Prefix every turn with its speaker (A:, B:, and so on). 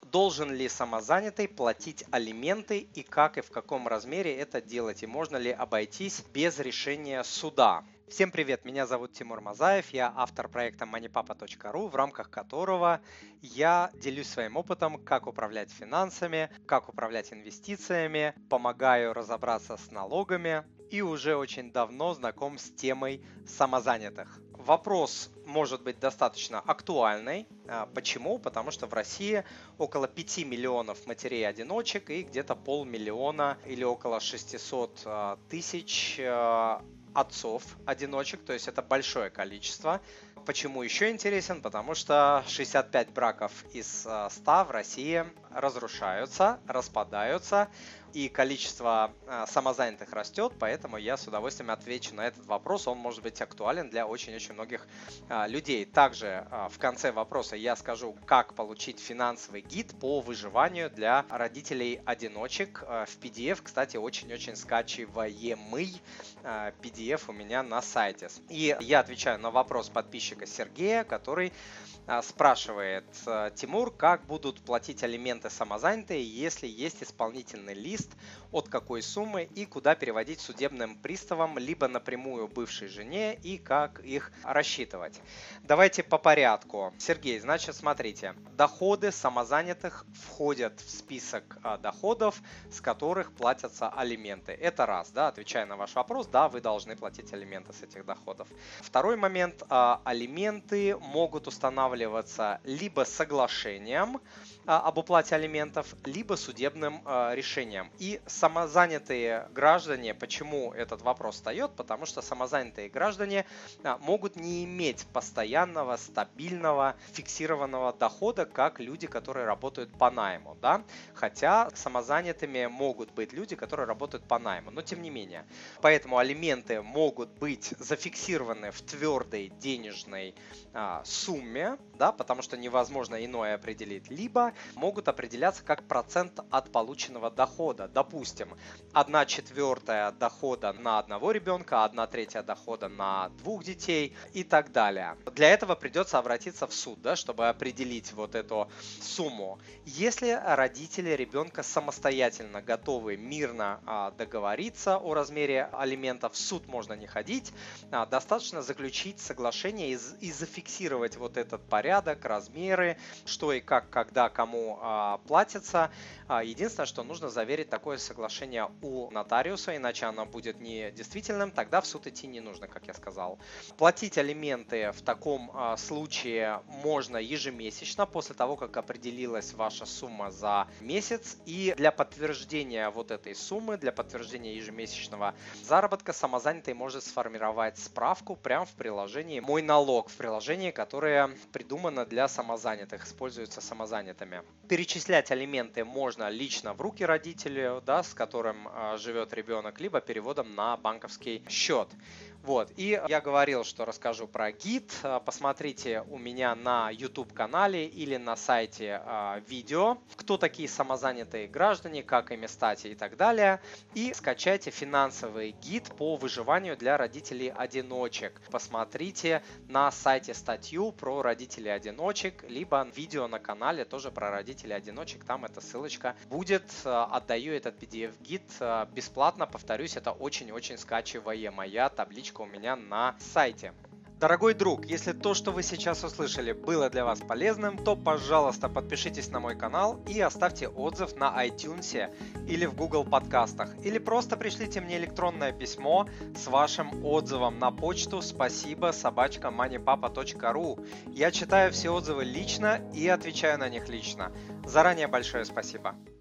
A: Должен ли самозанятый платить алименты и как и в каком размере это делать? И можно ли обойтись без решения суда? Всем привет, меня зовут Тимур Мазаев, я автор проекта moneypapa.ru, в рамках которого я делюсь своим опытом, как управлять финансами, как управлять инвестициями, помогаю разобраться с налогами и уже очень давно знаком с темой самозанятых. Вопрос может быть достаточно актуальный. Почему? Потому что в России около 5 миллионов матерей-одиночек и где-то 500 000 или около 600 тысяч отцов-одиночек, то есть это большое количество. Почему еще интересен? Потому что 65 браков из 100 в России разрушаются, распадаются, и количество самозанятых растет, поэтому я с удовольствием отвечу на этот вопрос, он может быть актуален для очень-очень многих людей. Также в конце вопроса я скажу, как получить финансовый гид по выживанию для родителей-одиночек в PDF, кстати, очень-очень скачиваемый PDF у меня на сайте. И я отвечаю на вопрос подписчика Сергея, который спрашивает: Тимур, как будут платить алименты самозанятые, если есть исполнительный лист, от какой суммы и куда переводить судебным приставам, либо напрямую бывшей жене, и как их рассчитывать? Давайте по порядку. Сергей, значит, смотрите, доходы самозанятых входят в список доходов, с которых платятся алименты. Это раз, да, отвечая на ваш вопрос, да, вы должны платить алименты с этих доходов. Второй момент, алименты могут устанавливаться либо соглашением об уплате алиментов, либо судебным решением. И самозанятые граждане, почему этот вопрос встает? Потому что самозанятые граждане могут не иметь постоянного, стабильного, фиксированного дохода, как люди, которые работают по найму, да? Хотя самозанятыми могут быть люди, которые работают по найму, но тем не менее. Поэтому алименты могут быть зафиксированы в твердой денежной сумме, да, потому что невозможно иное определить, либо могут определяться как процент от полученного дохода. Допустим, 1/4 дохода на одного ребенка, 1/3 дохода на 2 детей и так далее. Для этого придется обратиться в суд, да, чтобы определить вот эту сумму. Если родители ребенка самостоятельно готовы мирно договориться о размере алиментов, в суд можно не ходить, достаточно заключить соглашение и зафиксировать вот этот порядок, размеры, что и как, когда, кому платится. Единственное, что нужно заверить такое соглашение у нотариуса, иначе оно будет недействительным, тогда в суд идти не нужно, как я сказал. Платить алименты в таком случае можно ежемесячно, после того, как определилась ваша сумма за месяц. И для подтверждения вот этой суммы, для подтверждения ежемесячного заработка, самозанятый может сформировать справку прямо в приложении «Мой налог», в приложении, которое придумано для самозанятых, используется самозанятыми. Перечислять алименты можно лично в руки родителю, да, с которым живет ребенок, либо переводом на банковский счет. Вот. И я говорил, что расскажу про гид. Посмотрите у меня на YouTube-канале или на сайте видео, кто такие самозанятые граждане, как ими стать и так далее. И скачайте финансовый гид по выживанию для родителей-одиночек. Посмотрите на сайте статью про родителей-одиночек, либо видео на канале тоже про родителей-одиночек. Там эта ссылочка будет. Отдаю этот PDF-гид бесплатно. Повторюсь, это очень-очень скачиваемая табличка у меня на сайте. Дорогой друг, если то, что вы сейчас услышали, было для вас полезным, то, пожалуйста, подпишитесь на мой канал и оставьте отзыв на iTunes или в Google подкастах. Или просто пришлите мне электронное письмо с вашим отзывом на почту спасибо@moneypapa.ru. Я читаю все отзывы лично и отвечаю на них лично. Заранее большое спасибо.